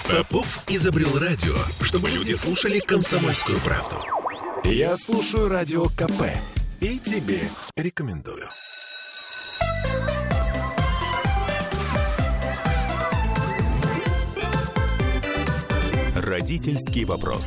Попов изобрел радио, чтобы люди слушали «Комсомольскую правду». Я слушаю Радио КП и тебе рекомендую. Родительский вопрос.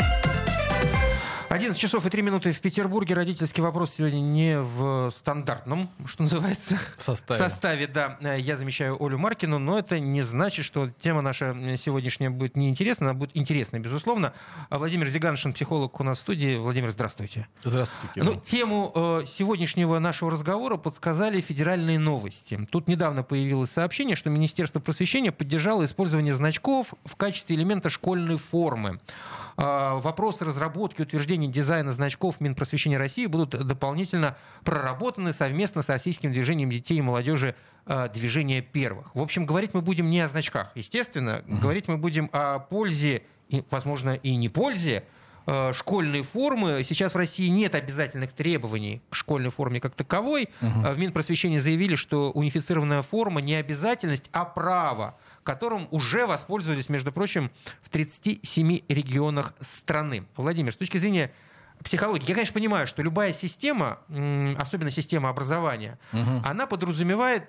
11 часов и 3 минуты в Петербурге. Родительский вопрос сегодня не в стандартном, что называется, составе. Да, я замещаю Олю Маркину, но это не значит, что тема наша сегодняшняя будет неинтересна. Она будет интересна, безусловно. Владимир Зиганшин, психолог, у нас в студии. Владимир, здравствуйте. Здравствуйте. Ну, тему сегодняшнего нашего разговора подсказали федеральные новости. Тут недавно появилось сообщение, что Министерство просвещения поддержало использование значков в качестве элемента школьной формы. Вопросы разработки, утверждения дизайна значков Минпросвещения России будут дополнительно проработаны совместно с Российским движением детей и молодежи «Движение первых». В общем, говорить мы будем не о значках, естественно. Говорить мы будем о пользе, и, возможно, и не пользе школьной формы. Сейчас в России нет обязательных требований к школьной форме как таковой. В Минпросвещении заявили, что унифицированная форма не обязательность, а право, которым уже воспользовались, между прочим, в 37 регионах страны. Владимир, с точки зрения психологии, я, конечно, понимаю, что любая система, особенно система образования, она подразумевает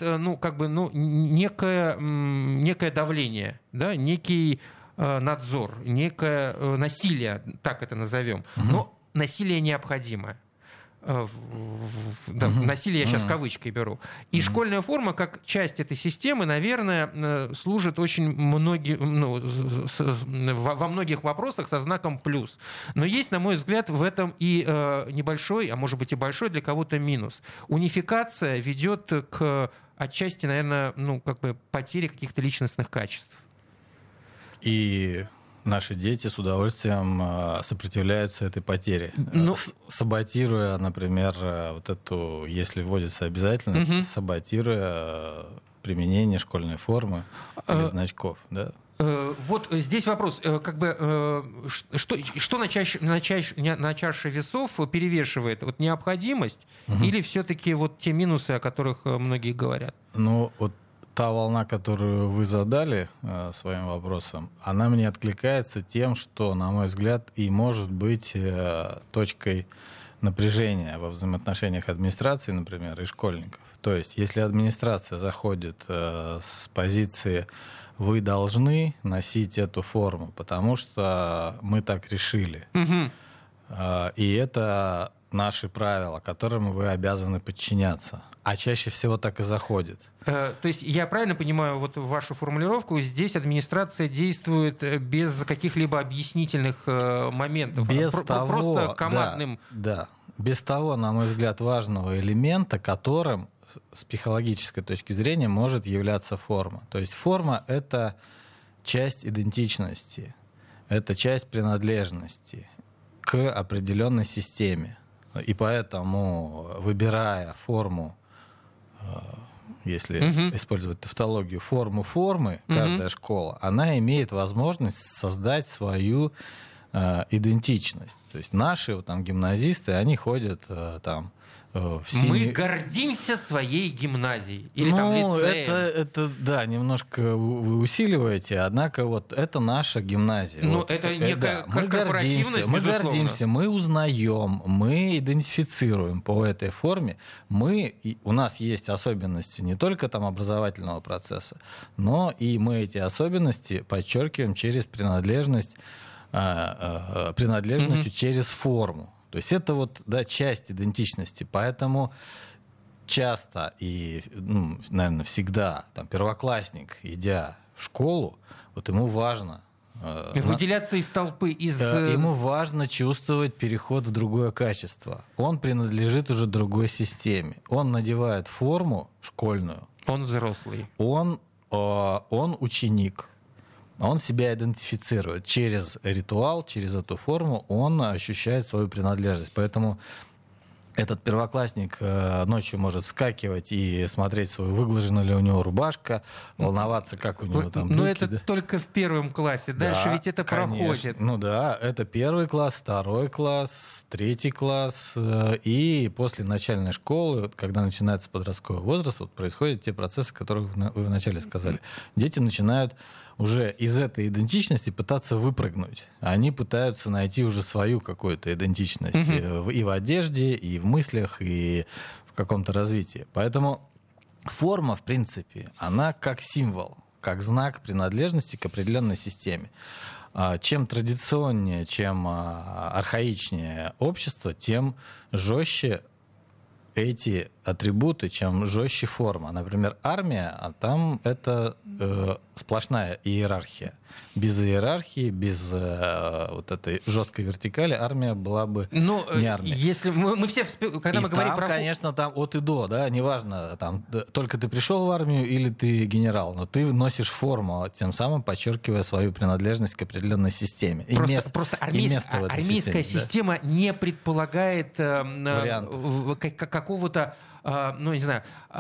некое давление, да, некий надзор, некое насилие, так это назовем. Но насилие необходимое. Насилие я сейчас кавычкой беру. И школьная форма, как часть этой системы, наверное, служит очень во многих вопросах со знаком плюс. Но есть, на мой взгляд, в этом и небольшой, а может быть и большой для кого-то минус. Унификация ведет к отчасти, наверное, потере каких-то личностных качеств. И наши дети с удовольствием сопротивляются этой потере, саботируя, например, вот эту, если вводится обязательность, саботируя применение школьной формы или значков, да? Вот здесь вопрос, что на чаше весов перевешивает, вот необходимость или все-таки вот те минусы, о которых многие говорят? Ну, вот та волна, которую вы задали своим вопросом, она мне откликается тем, что, на мой взгляд, и может быть точкой напряжения во взаимоотношениях администрации, например, и школьников. То есть, если администрация заходит с позиции «вы должны носить эту форму, потому что мы так решили», и это наши правила, которым вы обязаны подчиняться. А чаще всего так и заходит. То есть я правильно понимаю вот вашу формулировку? Здесь администрация действует без каких-либо объяснительных моментов? Без просто командным... Да. Без того, на мой взгляд, важного элемента, которым с психологической точки зрения может являться форма. То есть форма — это часть идентичности, это часть принадлежности к определенной системе. И поэтому, выбирая форму, если использовать тавтологию, форму формы, каждая школа, она имеет возможность создать свою идентичность. То есть наши гимназисты, они ходят там в Мы гордимся своей гимназией или лицеем. Это да, немножко вы усиливаете, однако вот это наша гимназия. Это некая корпоративность, мы гордимся, мы узнаем, мы идентифицируем по этой форме. У нас есть особенности не только образовательного процесса, но и мы эти особенности подчеркиваем через принадлежностью через форму. То есть это часть идентичности. Поэтому часто и, наверное, всегда первоклассник, идя в школу, ему важно выделяться из толпы. Ему важно чувствовать переход в другое качество. Он принадлежит уже другой системе. Он надевает форму школьную. Он взрослый. Он ученик. Он себя идентифицирует через ритуал, через эту форму, он ощущает свою принадлежность. Поэтому этот первоклассник ночью может вскакивать и смотреть, выглажена ли у него рубашка, волноваться, как у него там брюки. Но это только в первом классе. Дальше ведь это проходит. Это первый класс, второй класс, третий класс. И после начальной школы, когда начинается подростковый возраст, происходят те процессы, которые вы вначале сказали. Дети начинают уже из этой идентичности пытаться выпрыгнуть. Они пытаются найти уже свою какую-то идентичность и в одежде, и в мыслях, и в каком-то развитии. Поэтому форма, в принципе, она как символ, как знак принадлежности к определенной системе. Чем традиционнее, чем архаичнее общество, тем жестче эти атрибуты, чем жестче форма. Например, армия, а там это сплошная иерархия. Без иерархии, без вот этой жесткой вертикали армия была бы не армия. Если мы все, когда мы говорим там, про... конечно, там от и до, да, неважно, там только ты пришел в армию или ты генерал, но ты носишь форму, тем самым подчеркивая свою принадлежность к определенной системе. Просто армейская система не предполагает какого-то не знаю,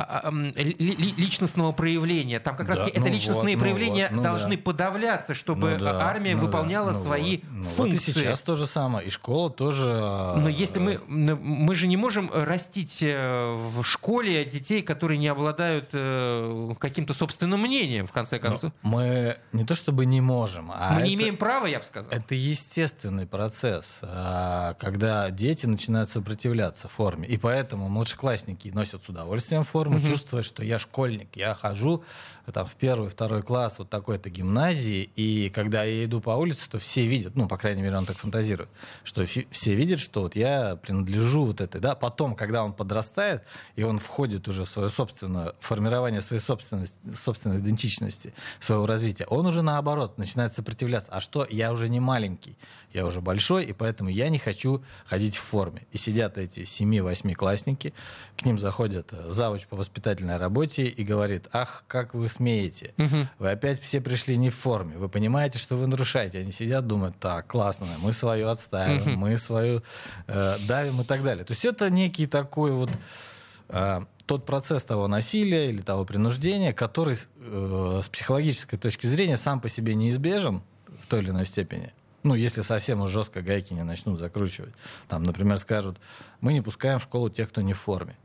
личностного проявления. Там как раз это личностные проявления должны подавляться, чтобы армия выполняла свои функции. Вот и сейчас то же самое, и школа тоже... Но если мы же не можем растить в школе детей, которые не обладают каким-то собственным мнением, в конце концов. Мы не то чтобы не можем, мы не имеем права, я бы сказал. Это естественный процесс, когда дети начинают сопротивляться форме. И поэтому младшеклассники носят с удовольствием форму, чувствуя, что я школьник, я хожу там, в 1-2 класс вот такой-то гимназии, и когда я иду по улице, то все видят, по крайней мере, он так фантазирует, что все видят, что вот я принадлежу вот этой, да, потом, когда он подрастает, и он входит уже в свое собственное формирование своей собственной идентичности, своего развития, он уже наоборот начинает сопротивляться. А что? Я уже не маленький, я уже большой, и поэтому я не хочу ходить в форме. И сидят эти 7-8-классники, к ним заходит завуч по воспитательной работе и говорит: ах, как вы смеете, вы опять все пришли не в форме, вы понимаете, что вы нарушаете. Они сидят, думают: так, классно, мы свою отставим, мы свою давим и так далее. То есть это некий такой вот тот процесс того насилия или того принуждения, который с психологической точки зрения сам по себе неизбежен в той или иной степени. Если совсем уж жестко гайки не начнут закручивать. Там, например, скажут: мы не пускаем в школу тех, кто не в форме.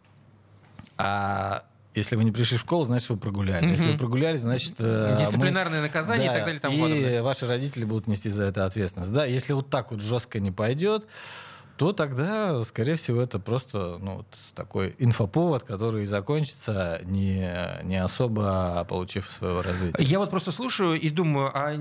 А если вы не пришли в школу, значит, вы прогуляли. Если вы прогуляли, значит... Дисциплинарное наказание и так далее. Тому и ваши родители будут нести за это ответственность. Да, если вот так вот жестко не пойдет, то тогда, скорее всего, это просто такой инфоповод, который закончится, не особо получив своего развития. Я вот просто слушаю и думаю, а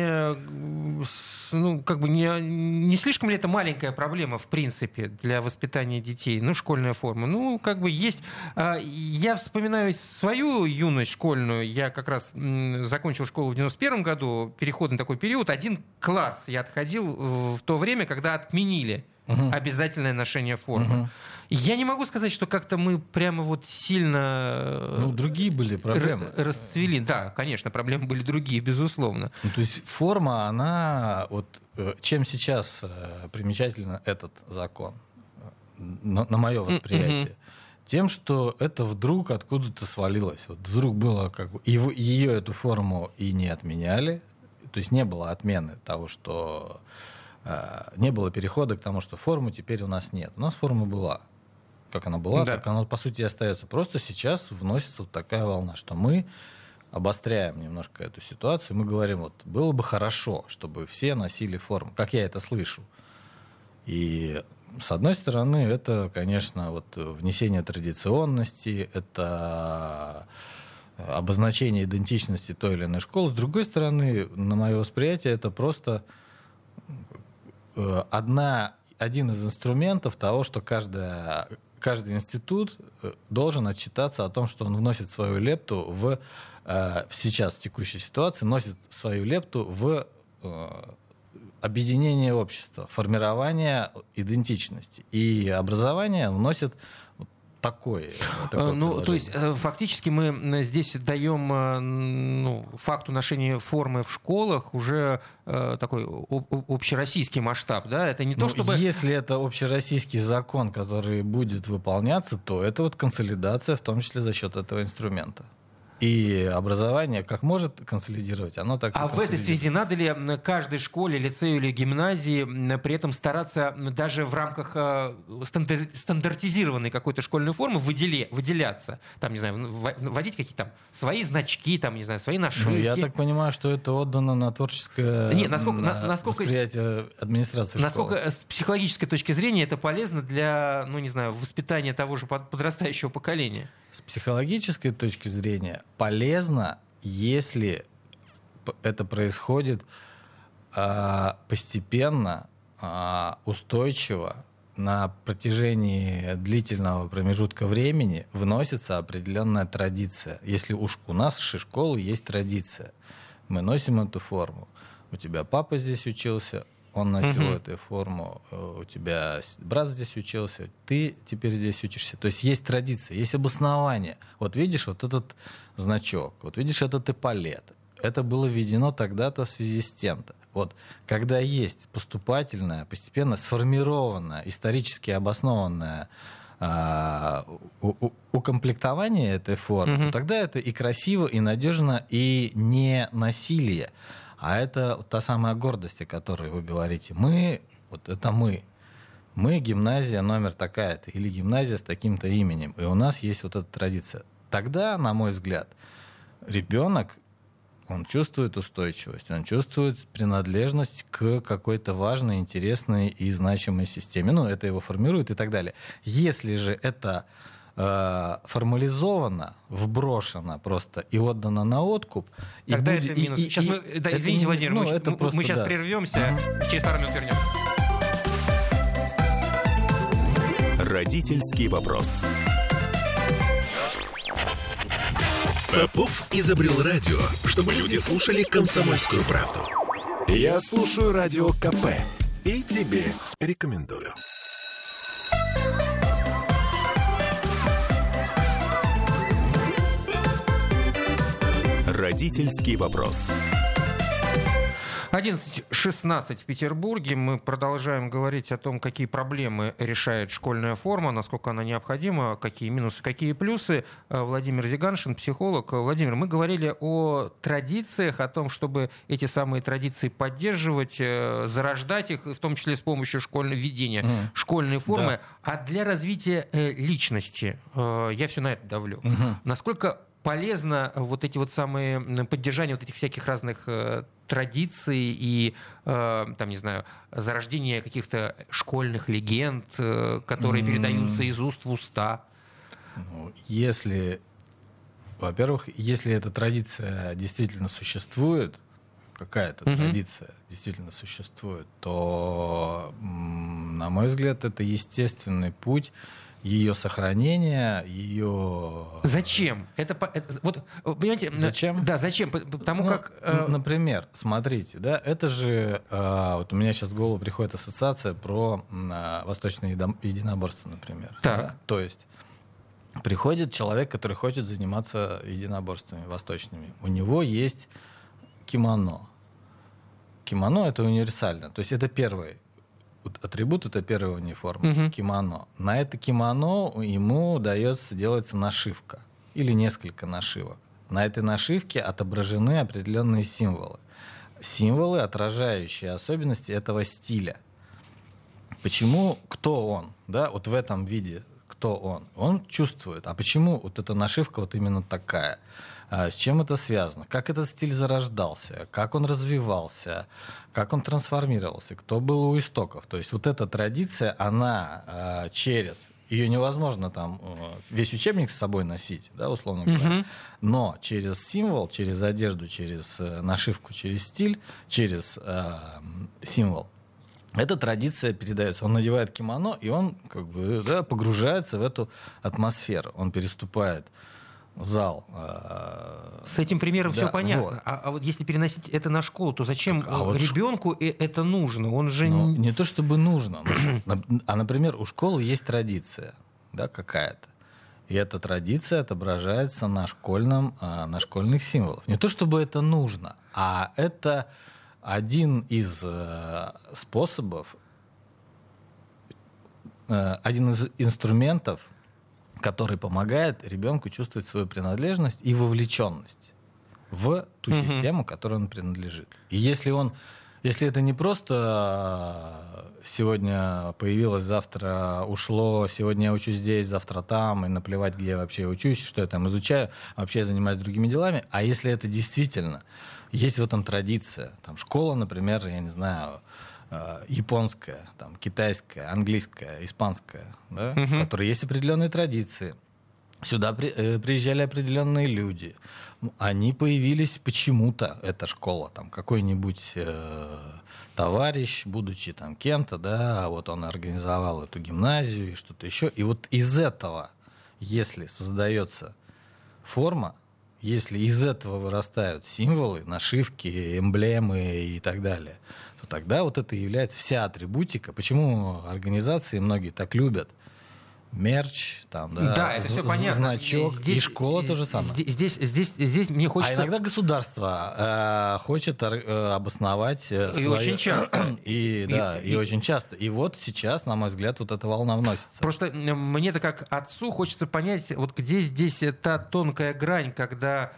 не слишком ли это маленькая проблема, в принципе, для воспитания детей? Школьная форма. Есть... Я вспоминаю свою юность школьную. Я как раз закончил школу в 91 году, переходный такой период. 1 класс я отходил в то время, когда отменили обязательное ношение формы. Я не могу сказать, что как-то мы прямо вот сильно... другие были проблемы. Расцвели. Да, конечно, проблемы были другие, безусловно. То есть форма, она... Чем сейчас примечателен этот закон, на мое восприятие? Тем, что это вдруг откуда-то свалилось. Вот вдруг было ее эту форму и не отменяли. То есть не было отмены того, что... Не было перехода к тому, что формы теперь у нас нет. У нас форма была. Как она была, так она, по сути, и остается. Просто сейчас вносится вот такая волна, что мы обостряем немножко эту ситуацию. Мы говорим, было бы хорошо, чтобы все носили форму. Как я это слышу. И, с одной стороны, это, конечно, внесение традиционности, это обозначение идентичности той или иной школы. С другой стороны, на мое восприятие, это просто... один из инструментов того, что каждый институт должен отчитаться о том, что он вносит свою лепту сейчас, в текущей ситуации, вносит свою лепту в объединение общества, формирование идентичности. И образование вносит такое то есть фактически мы здесь даем факту ношения формы в школах уже такой общероссийский масштаб, да? Это не то, чтобы... Если это общероссийский закон, который будет выполняться, то это консолидация, в том числе за счет этого инструмента. И образование как может консолидировать, оно так и консолидирует. А в этой связи надо ли каждой школе, лицею или гимназии при этом стараться даже в рамках стандартизированной какой-то школьной формы выделяться? Там, не знаю, вводить какие-то там свои значки, там, не знаю, свои нашивки? Я так понимаю, что это отдано на творческое восприятие администрации насколько школы. С психологической точки зрения это полезно для, воспитания того же подрастающего поколения? С психологической точки зрения полезно, если это происходит постепенно, устойчиво, на протяжении длительного промежутка времени вносится определенная традиция. Если уж у нашей школы есть традиция, мы носим эту форму. У тебя папа здесь учился, он носил эту форму, у тебя брат здесь учился, ты теперь здесь учишься. То есть есть традиция, есть обоснование. Вот видишь вот этот значок, вот видишь этот эполет. Это было введено тогда-то в связи с тем-то. Вот когда есть поступательное, постепенно сформированное, исторически обоснованное укомплектование этой формы, то тогда это и красиво, и надежно, и не насилие. А это та самая гордость, о которой вы говорите. Мы, вот это мы. Мы гимназия номер такая-то или гимназия с таким-то именем. И у нас есть вот эта традиция. Тогда, на мой взгляд, ребенок, он чувствует устойчивость, он чувствует принадлежность к какой-то важной, интересной и значимой системе. Это его формирует и так далее. Если же это формализовано, вброшено просто и отдано на откуп. Тогда это минус. Сейчас мы, извините, Владимир, мы сейчас прервемся, через пару минут вернемся. Родительский вопрос. Попов изобрел радио, чтобы люди слушали «Комсомольскую правду». Я слушаю радио КП и тебе рекомендую. Родительский вопрос. 11:16 в Петербурге. Мы продолжаем говорить о том, какие проблемы решает школьная форма, насколько она необходима, какие минусы, какие плюсы. Владимир Зиганшин, психолог. Владимир, мы говорили о традициях, о том, чтобы эти самые традиции поддерживать, зарождать их, в том числе с помощью введения школьной формы. Да. А для развития личности, я все на это давлю, насколько полезно вот эти вот самые поддержание вот этих всяких разных традиций и, там, не знаю, зарождение каких-то школьных легенд, которые передаются из уст в уста? Во-первых, если эта традиция действительно существует, какая-то традиция действительно существует, то, на мой взгляд, это естественный путь ее сохранения, ее... Зачем? Вот, понимаете, зачем? Да, зачем? Потому как... Например, смотрите, да, это же... вот у меня сейчас в голову приходит ассоциация про восточное единоборство, например. Так. Да? То есть приходит человек, который хочет заниматься единоборствами восточными. У него есть кимоно. Кимоно — это универсально. То есть это первый атрибут, это первая униформа, кимоно. На это кимоно ему удается делаться нашивка или несколько нашивок. На этой нашивке отображены определенные символы. Символы, отражающие особенности этого стиля. Почему? Кто он? Да, вот в этом виде кто он? Он чувствует. А почему вот эта нашивка вот именно такая? С чем это связано? Как этот стиль зарождался? Как он развивался? Как он трансформировался? Кто был у истоков? То есть вот эта традиция, она через... Ее невозможно там весь учебник с собой носить, да, условно говоря. Но через символ, через одежду, через нашивку, через стиль, через символ эта традиция передается. Он надевает кимоно, и он как бы, да, погружается в эту атмосферу. Он переступает зал. С этим примером все понятно. Вот. А вот если переносить это на школу, то зачем ребенку это нужно? Он же не то чтобы нужно, а, например, у школы есть традиция, да, какая-то. И эта традиция отображается на школьных символах. Не то чтобы это нужно, а это один из способов, один из инструментов который помогает ребенку чувствовать свою принадлежность и вовлеченность в ту систему, которой он принадлежит. И если это не просто сегодня появилось, завтра ушло, сегодня я учусь здесь, завтра там, и наплевать, где я вообще учусь, что я там изучаю, вообще я занимаюсь другими делами, а если это действительно есть в этом традиция, там школа, например, я не знаю, японская, там, китайская, английская, испанская, да, в которой есть определенные традиции. Сюда приезжали определенные люди. Они появились почему-то, эта школа, там, какой-нибудь товарищ, будучи там кем-то, да, вот он организовал эту гимназию и что-то еще. И вот из этого, если создается форма, если из этого вырастают символы, нашивки, эмблемы и так далее, то тогда вот это является вся атрибутика. Почему организации многие так любят мерч, там, да, это все понятно. Значок, здесь, и школа тоже самое. Здесь мне хочется... А иногда государство хочет обосновать свои... очень часто. И очень часто. И вот сейчас, на мой взгляд, вот эта волна вносится. Просто мне-то как отцу хочется понять, вот где здесь та тонкая грань, когда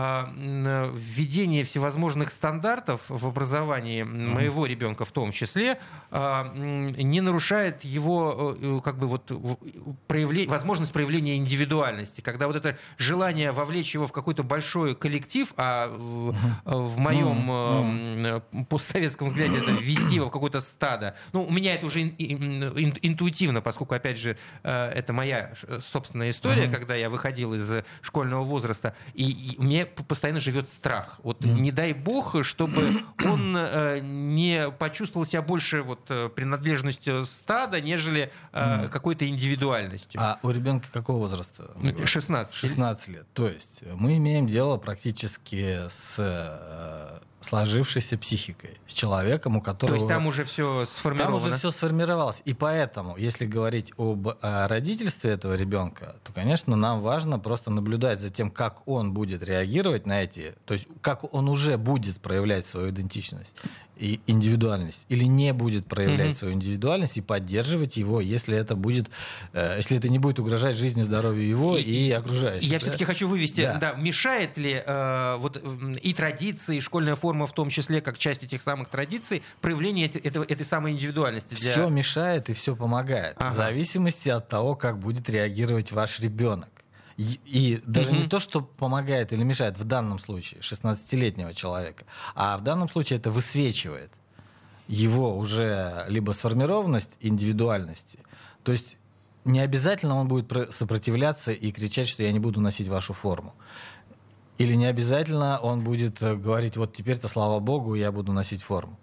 введение всевозможных стандартов в образовании моего ребенка в том числе не нарушает его как бы вот возможность проявления индивидуальности, когда вот это желание вовлечь его в какой-то большой коллектив, а в моем постсоветском взгляде это ввести его в какое-то стадо. Ну, у меня это уже интуитивно, поскольку, опять же, это моя собственная история, когда я выходил из школьного возраста, и у меня постоянно живет страх. Вот не дай бог, чтобы он не почувствовал себя больше вот принадлежностью стада, нежели какой-то индивидуальностью. А у ребенка какого возраста? 16. 16 лет. То есть мы имеем дело практически с сложившейся психикой, с человеком, у которого... То есть там уже все сформировано? Там уже все сформировалось. И поэтому, если говорить об родительстве этого ребенка, то, конечно, нам важно просто наблюдать за тем, как он будет реагировать на эти... То есть как он уже будет проявлять свою идентичность и индивидуальность, или не будет проявлять свою индивидуальность и поддерживать его, если это не будет угрожать жизни, здоровью его и окружающих. Я все-таки хочу вывести, мешает ли вот и традиции, и школьная форма в том числе, как часть этих самых традиций, проявление этой самой индивидуальности? Все мешает и все помогает. В зависимости от того, как будет реагировать ваш ребенок. И даже не то, что помогает или мешает в данном случае 16-летнего человека, а в данном случае это высвечивает его уже либо сформированность индивидуальности. То есть не обязательно он будет сопротивляться и кричать, что я не буду носить вашу форму. Или не обязательно он будет говорить, вот теперь-то, слава богу, я буду носить форму.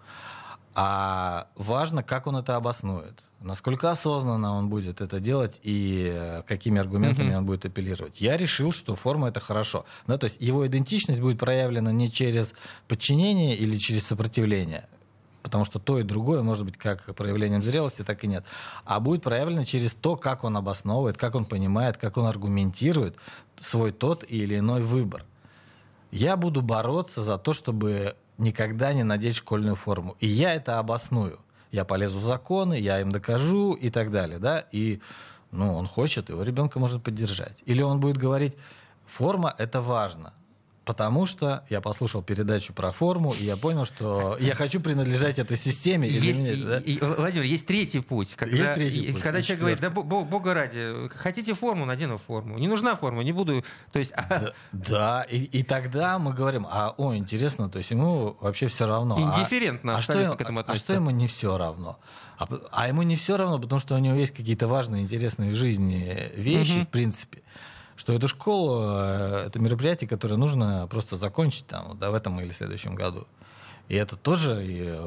А важно, как он это обоснует, насколько осознанно он будет это делать и какими аргументами он будет апеллировать. Я решил, что форма — это хорошо. Да, то есть его идентичность будет проявлена не через подчинение или через сопротивление, потому что то и другое может быть как проявлением зрелости, так и нет, а будет проявлено через то, как он обосновывает, как он понимает, как он аргументирует свой тот или иной выбор. Я буду бороться за то, чтобы никогда не надеть школьную форму. И я это обосную. Я полезу в законы, я им докажу и так далее. Да? И он хочет, его ребенка можно поддержать. Или он будет говорить, форма — это важно. Потому что я послушал передачу про форму, и я понял, что я хочу принадлежать этой системе. Владимир, есть третий путь. Когда человек говорит, да бога ради, хотите форму, надену форму. Не нужна форма, не буду. То есть... Да, и тогда мы говорим, интересно, то есть ему вообще все равно. Индифферентно абсолютно к этому относится. А что ему не все равно? А ему не все равно, потому что у него есть какие-то важные, интересные в жизни вещи, в принципе. Что эту школу, это мероприятие, которое нужно просто закончить в этом или следующем году. И это тоже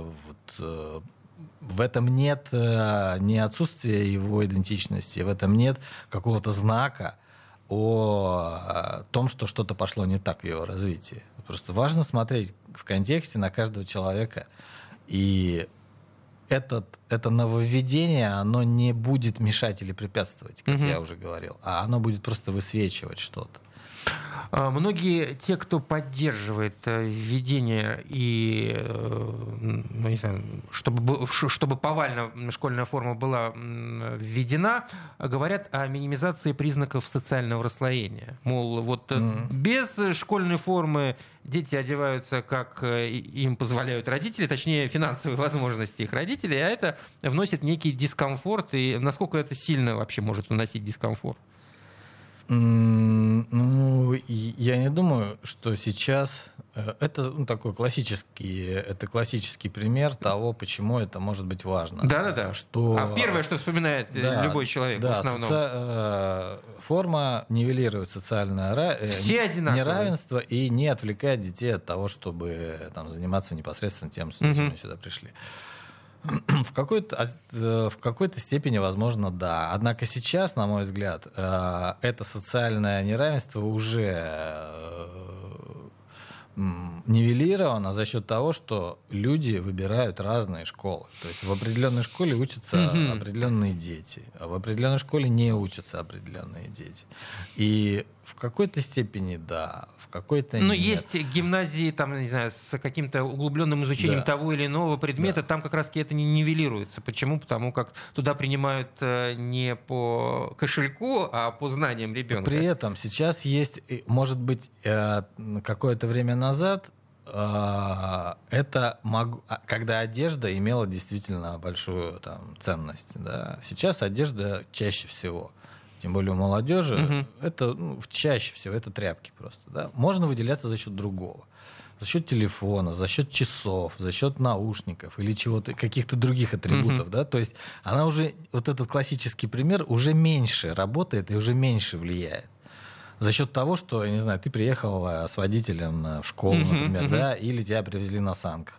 в этом нет ни отсутствия его идентичности, в этом нет какого-то знака о том, что что-то пошло не так в его развитии. Просто важно смотреть в контексте на каждого человека. И это нововведение, оно не будет мешать или препятствовать, как я уже говорил, а оно будет просто высвечивать что-то. Многие те, кто поддерживает введение и, не знаю, чтобы повально школьная форма была введена, говорят о минимизации признаков социального расслоения. Мол, вот без школьной формы дети одеваются, как им позволяют родители, точнее, финансовые возможности их родителей, а это вносит некий дискомфорт. И насколько это сильно вообще может вносить дискомфорт? Ну, я не думаю, что сейчас это такой классический пример того, почему это может быть важно. Да. Что, первое, что вспоминает любой человек в основном. Форма нивелирует социальное неравенство и не отвлекает детей от того, чтобы заниматься непосредственно тем, с чем они сюда пришли. В какой-то степени, возможно, да. Однако сейчас, на мой взгляд, это социальное неравенство уже нивелировано за счет того, что люди выбирают разные школы. То есть в определенной школе учатся определенные дети, а в определенной школе не учатся определенные дети. И в какой-то степени да, в какой-то нет. Но есть гимназии, не знаю, с каким-то углубленным изучением того или иного предмета, там как раз-таки это не нивелируется. Почему? Потому как туда принимают не по кошельку, а по знаниям ребенка. При этом сейчас есть, может быть, какое-то время назад, когда одежда имела действительно большую ценность. Да. Сейчас одежда чаще всего, тем более у молодежи, это чаще всего это тряпки просто. Да. Можно выделяться за счет другого. За счет телефона, за счет часов, за счет наушников или чего-то, каких-то других атрибутов. Да. То есть она уже, вот этот классический пример, уже меньше работает и уже меньше влияет. За счет того, что, я не знаю, ты приехал с водителем в школу, например, да, или тебя привезли на санках.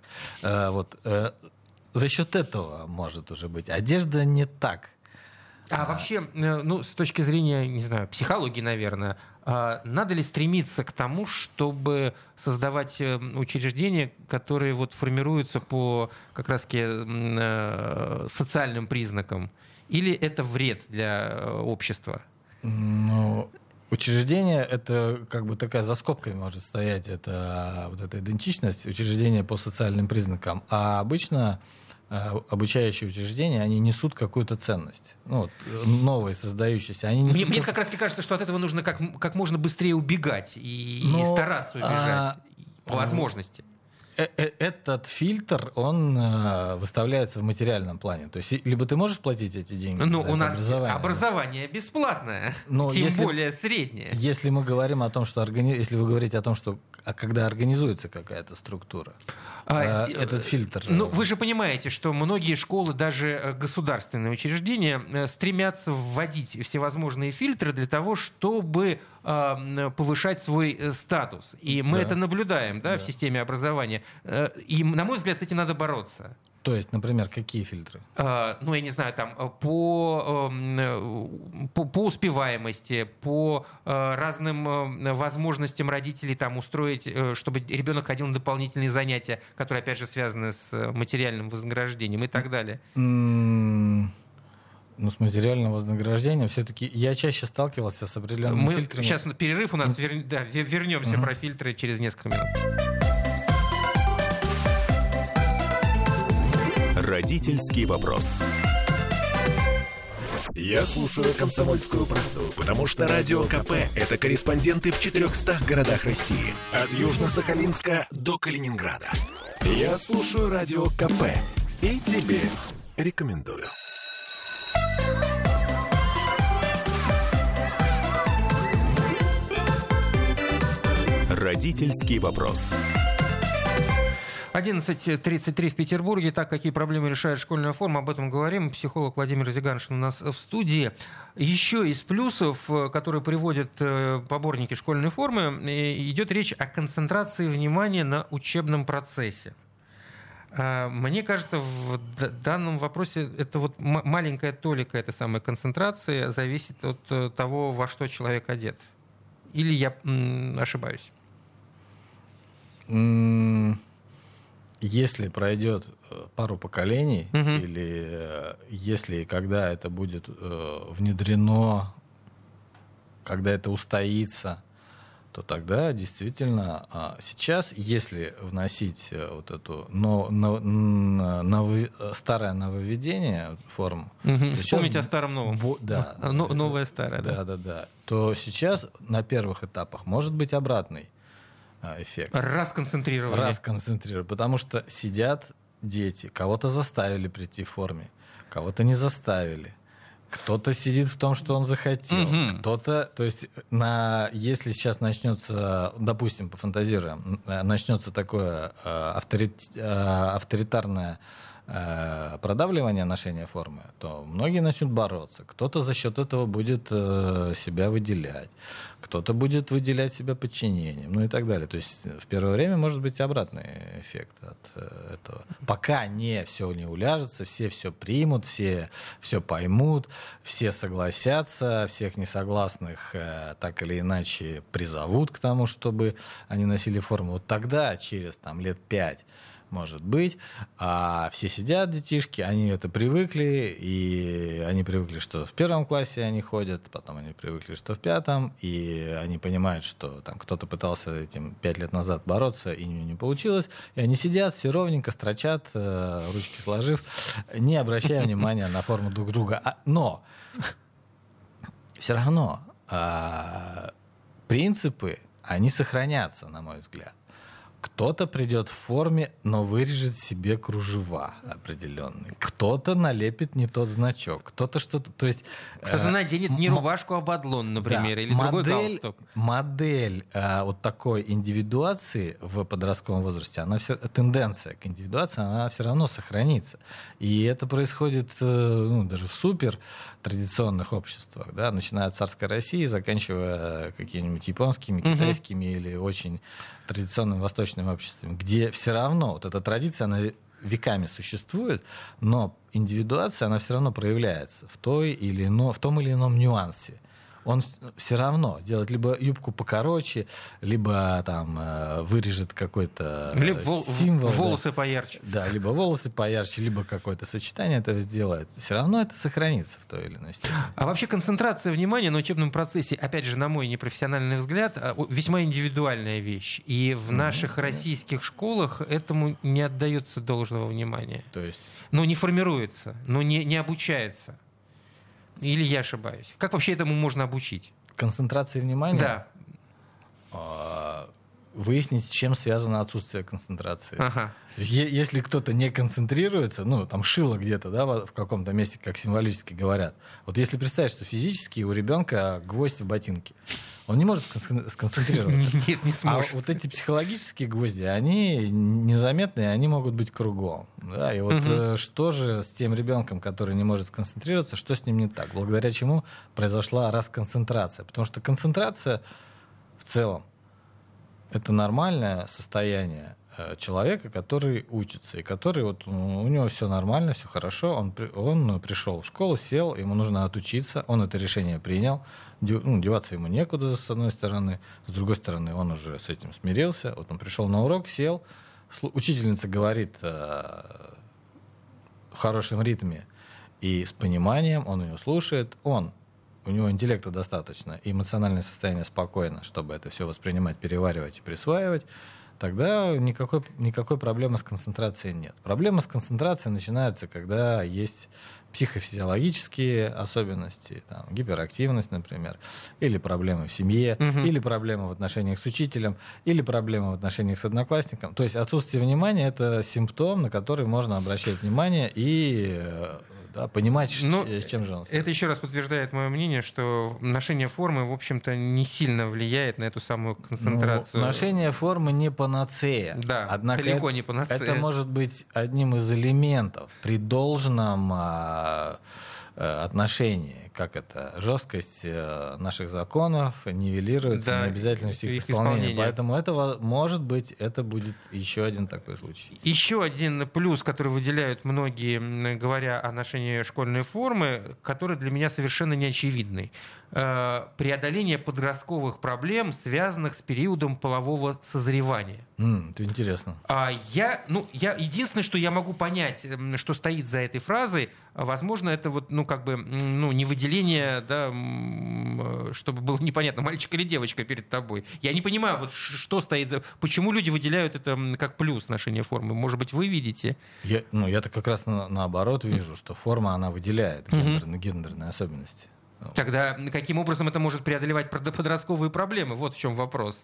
За счет этого может уже быть. Одежда не так. Вообще, с точки зрения, не знаю, психологии, наверное, надо ли стремиться к тому, чтобы создавать учреждения, которые формируются по как раз-таки социальным признакам? Или это вред для общества? Учреждение — это такая за скобкой может стоять, это эта идентичность, учреждения по социальным признакам. А обычно обучающие учреждения, они несут какую-то ценность. Новые, создающиеся. Мне как раз кажется, что от этого нужно как можно быстрее убегать и стараться убежать по возможности. Этот фильтр, он выставляется в материальном плане. То есть либо ты можешь платить эти деньги за у нас образование бесплатное, тем более среднее. Если мы говорим о том, что если вы говорите о том, что когда организуется какая-то структура, этот фильтр... Вы же понимаете, что многие школы, даже государственные учреждения, стремятся вводить всевозможные фильтры для того, чтобы повышать свой статус. И мы это наблюдаем в системе образования. И, на мой взгляд, с этим надо бороться. То есть, например, какие фильтры? Я не знаю, по успеваемости, по разным возможностям родителей устроить, чтобы ребенок ходил на дополнительные занятия, которые, опять же, связаны с материальным вознаграждением и так далее. С материальным вознаграждением все-таки я чаще сталкивался с определенными фильтрами. Сейчас перерыв у нас, вернемся про фильтры через несколько минут. Родительский вопрос. Я слушаю «Комсомольскую правду», потому что Радио КП — это корреспонденты в 400 городах России. От Южно-Сахалинска до Калининграда. Я слушаю Радио КП и тебе рекомендую. Родительский вопрос. 11:33 в Петербурге. Так, какие проблемы решает школьная форма? Об этом говорим. Психолог Владимир Зиганшин у нас в студии. Еще из плюсов, которые приводят поборники школьной формы, идет речь о концентрации внимания на учебном процессе. Мне кажется, в данном вопросе это маленькая толика этой самой концентрации зависит от того, во что человек одет. Или я ошибаюсь? Если пройдет пару поколений, или если когда это будет внедрено, когда это устоится, то тогда действительно сейчас, если вносить вот эту старое нововведение форму, вспомнить о старом новом. Да, новое старое. Да. То сейчас на первых этапах может быть обратный эффект. Расконцентрировали. Потому что сидят дети, кого-то заставили прийти в форме, кого-то не заставили. Кто-то сидит в том, что он захотел. Кто-то, то есть, если сейчас начнется, допустим, пофантазируем, начнется такое авторитарное продавливание ношения формы, то многие начнут бороться. Кто-то за счет этого будет себя выделять, кто-то будет выделять себя подчинением, ну и так далее. То есть в первое время может быть обратный эффект от этого. Пока все не уляжется, все примут, все поймут, все согласятся, всех несогласных так или иначе призовут к тому, чтобы они носили форму. Вот тогда, через лет 5, может быть, а все сидят, детишки, они это привыкли, и они привыкли, что в 1 классе они ходят, потом они привыкли, что в 5, и они понимают, что там кто-то пытался этим 5 лет назад бороться, и не получилось, и они сидят все ровненько, строчат, ручки сложив, не обращая внимания на форму друг друга. Но все равно принципы, они сохранятся, на мой взгляд. Кто-то придет в форме, но вырежет себе кружева определенные. Кто-то налепит не тот значок. Кто-то что-то... То есть, кто-то наденет не рубашку, а бадлон, например, или другой галстук. Модель вот такой индивидуации в подростковом возрасте, тенденция к индивидуации, она все равно сохранится. И это происходит даже в супер традиционных обществах, да, начиная от царской России, заканчивая какими-нибудь японскими, китайскими или очень традиционными восточными обществами, где все равно вот эта традиция, она веками существует, но индивидуация, она все равно проявляется в том или ином нюансе. Он все равно делает либо юбку покороче, либо там вырежет какой-то символ. Волосы поярче. Да, либо волосы поярче, либо какое-то сочетание этого сделает. Все равно это сохранится в той или иной степени. А вообще концентрация внимания на учебном процессе, опять же, на мой непрофессиональный взгляд, весьма индивидуальная вещь. И в наших российских школах этому не отдается должного внимания. То есть? Не формируется, не обучается. Или я ошибаюсь? Как вообще этому можно обучить? Концентрации внимания? Да. Выяснить, с чем связано отсутствие концентрации. Ага. Если кто-то не концентрируется, там шило где-то, да, в каком-то месте, как символически говорят. Вот если представить, что физически у ребенка гвоздь в ботинке, он не может сконцентрироваться. Нет, не сможет. А вот эти психологические гвозди, они незаметные, они могут быть кругом. Да? И вот что же с тем ребенком, который не может сконцентрироваться, что с ним не так? Благодаря чему произошла расконцентрация? Потому что концентрация в целом это нормальное состояние человека, который учится, и который у него все нормально, все хорошо, он пришел в школу, сел, ему нужно отучиться, он это решение принял, деваться ему некуда, с одной стороны, с другой стороны, он уже с этим смирился, он пришел на урок, сел, учительница говорит в хорошем ритме и с пониманием, он ее слушает, у него интеллекта достаточно, и эмоциональное состояние спокойно, чтобы это все воспринимать, переваривать и присваивать, тогда никакой проблемы с концентрацией нет. Проблема с концентрацией начинается, когда есть психофизиологические особенности, гиперактивность, например, или проблемы в семье, или проблемы в отношениях с учителем, или проблемы в отношениях с одноклассником. То есть отсутствие внимания — это симптом, на который можно обращать внимание и понимать, с чем же он. Это еще раз подтверждает мое мнение, что ношение формы, в общем-то, не сильно влияет на эту самую концентрацию. Ношение формы не панацея. Да, однако далеко не панацея. Это может быть одним из элементов при должном отношении. Как это? Жесткость наших законов нивелируется необязательностью их исполнения. Поэтому это будет еще один такой случай. Еще один плюс, который выделяют многие, говоря о ношении школьной формы, который для меня совершенно неочевидный. преодоление подростковых проблем, связанных с периодом полового созревания. Это интересно. Я единственное, что я могу понять, что стоит за этой фразой, возможно, это не выделение, да, чтобы было непонятно, мальчик или девочка перед тобой. Я не понимаю, что стоит за... Почему люди выделяют это как плюс ношения формы? Может быть, вы видите? Я-то как раз наоборот вижу, что форма, она выделяет гендерные особенности. Тогда каким образом это может преодолевать подростковые проблемы? Вот в чем вопрос.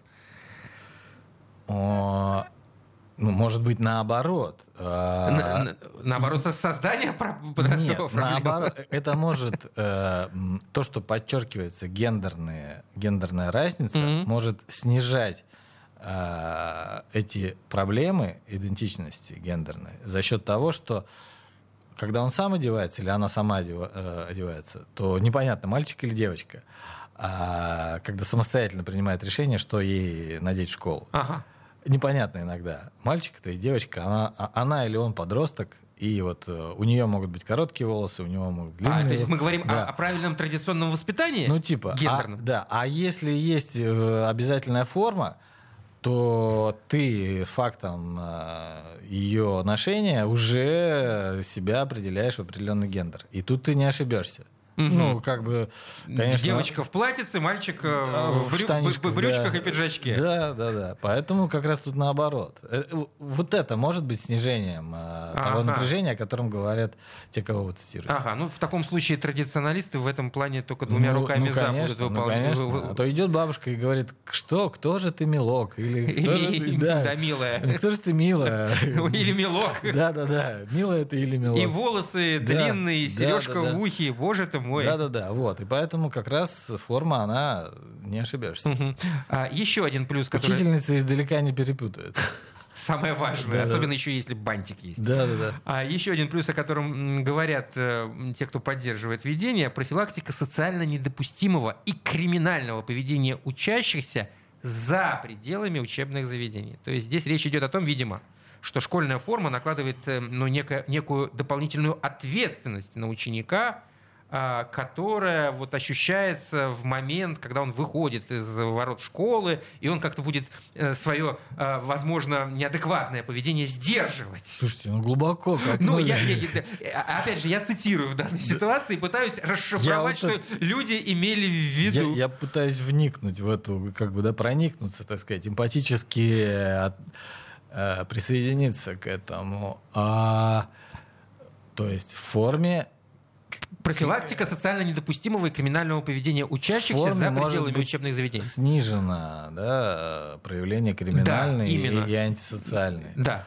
Может быть, наоборот. Наоборот, создание подростковых Нет, проблем? наоборот. Это может... То, что подчеркивается гендерная разница, может снижать эти проблемы идентичности гендерной за счет того, что когда он сам одевается или она сама одевается, то непонятно, мальчик или девочка. А когда самостоятельно принимает решение, что ей надеть в школу. Непонятно иногда, мальчик это и девочка, она или он подросток, и вот у нее могут быть короткие волосы, у него могут быть длинные. То есть мы говорим о правильном традиционном воспитании? Гендерном. А если есть обязательная форма, то ты фактом ее ношения уже себя определяешь в определенный гендер. И тут ты не ошибешься. Конечно. Девочка в платьице, мальчик в брючках и пиджачке. Да. Поэтому как раз тут наоборот. Вот это может быть снижением того напряжения, о котором говорят те, кого вы цитируете. В таком случае традиционалисты в этом плане только двумя руками за будут выполнять. А то идет бабушка и говорит, кто же ты, милок? Или кто же ты, да, милая. Кто же ты, милая? Или милок. Да. Милая ты или милок. И волосы длинные, сережка в ухе. Боже ты мой. Да. Вот. И поэтому как раз форма, она не ошибешься. Еще один плюс, который... Учительница издалека не перепутает. Самое важное, особенно еще если бантик есть. Да. Еще один плюс, о котором говорят те, кто поддерживает введение, профилактика социально недопустимого и криминального поведения учащихся за пределами учебных заведений. То есть здесь речь идет о том, видимо, что школьная форма накладывает некую дополнительную ответственность на ученика, которая ощущается в момент, когда он выходит из ворот школы, и он как-то будет свое, возможно, неадекватное поведение сдерживать. Слушайте, глубоко как. Опять же, я цитирую в данной ситуации и пытаюсь расшифровать, что люди имели в виду. Я пытаюсь вникнуть в эту, проникнуться, так сказать, эмпатически присоединиться к этому. То есть в форме профилактика социально недопустимого и криминального поведения учащихся за пределами учебных заведений. Снижено, проявление криминальной и антисоциальной. Да.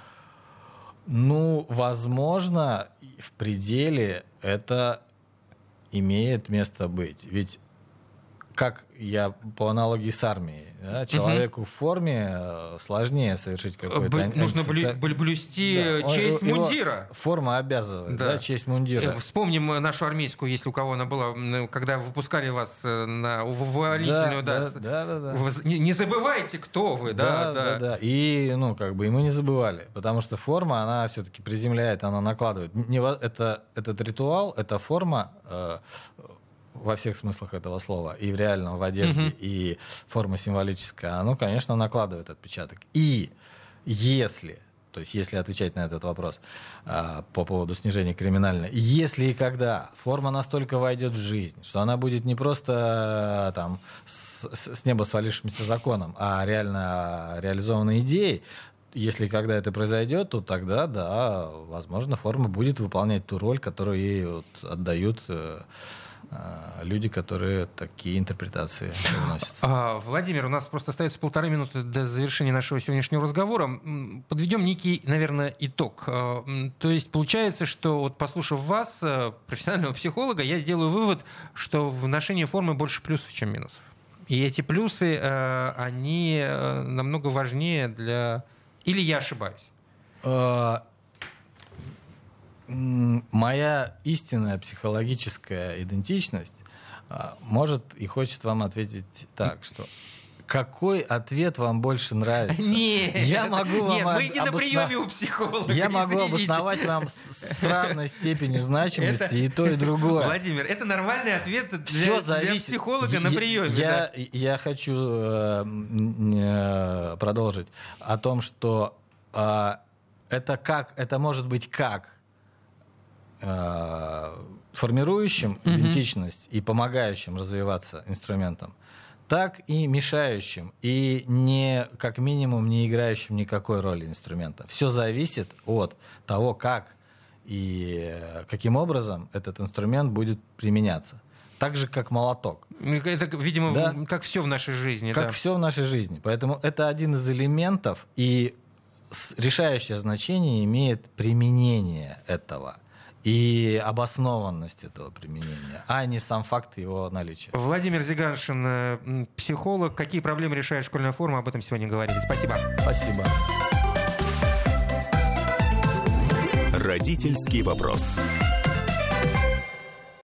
Возможно, в пределе это имеет место быть. Ведь как я по аналогии с армией, человеку в форме сложнее совершить какой-то... Нужно блюсти честь мундира. Форма обязывает, честь мундира. Вспомним нашу армейскую, если у кого она была, когда выпускали вас на увольнительную. Да. Не забывайте, кто вы. Да. И, и мы не забывали, потому что форма, она все-таки приземляет, она накладывает. Этот ритуал, эта форма... во всех смыслах этого слова, и в реальном, в одежде, и форма символическая, оно, конечно, накладывает отпечаток. И если отвечать на этот вопрос по поводу снижения криминальной, если и когда форма настолько войдет в жизнь, что она будет не просто с неба свалившимся законом, а реально реализованной идеей, если и когда это произойдет, то тогда, да, возможно, форма будет выполнять ту роль, которую ей отдают люди, которые такие интерпретации вносят. Владимир, у нас просто остается 1,5 минуты до завершения нашего сегодняшнего разговора. Подведем некий, наверное, итог. То есть получается, что послушав вас, профессионального психолога, я сделаю вывод, что в ношении формы больше плюсов, чем минусов. И эти плюсы, они намного важнее для... Или я ошибаюсь? Моя истинная психологическая идентичность может и хочет вам ответить так, что Какой ответ вам больше нравится? Нет, я могу вам мы не на приеме у психолога. Я могу обосновать вам с равной степенью значимости и то, и другое. Владимир, это нормальный ответ для психолога на приеме. Я хочу продолжить о том, что это может быть как формирующим идентичность и помогающим развиваться инструментом, так и мешающим, и как минимум не играющим никакой роли инструмента. Все зависит от того, как и каким образом этот инструмент будет применяться. Так же, как молоток. Это, видимо, да? Как все в нашей жизни. Как все в нашей жизни. Поэтому это один из элементов, и решающее значение имеет применение этого и обоснованность этого применения, а не сам факт его наличия. Владимир Зиганшин, психолог. Какие проблемы решает школьная форма? Об этом сегодня говорили. Спасибо. Спасибо. Родительский вопрос.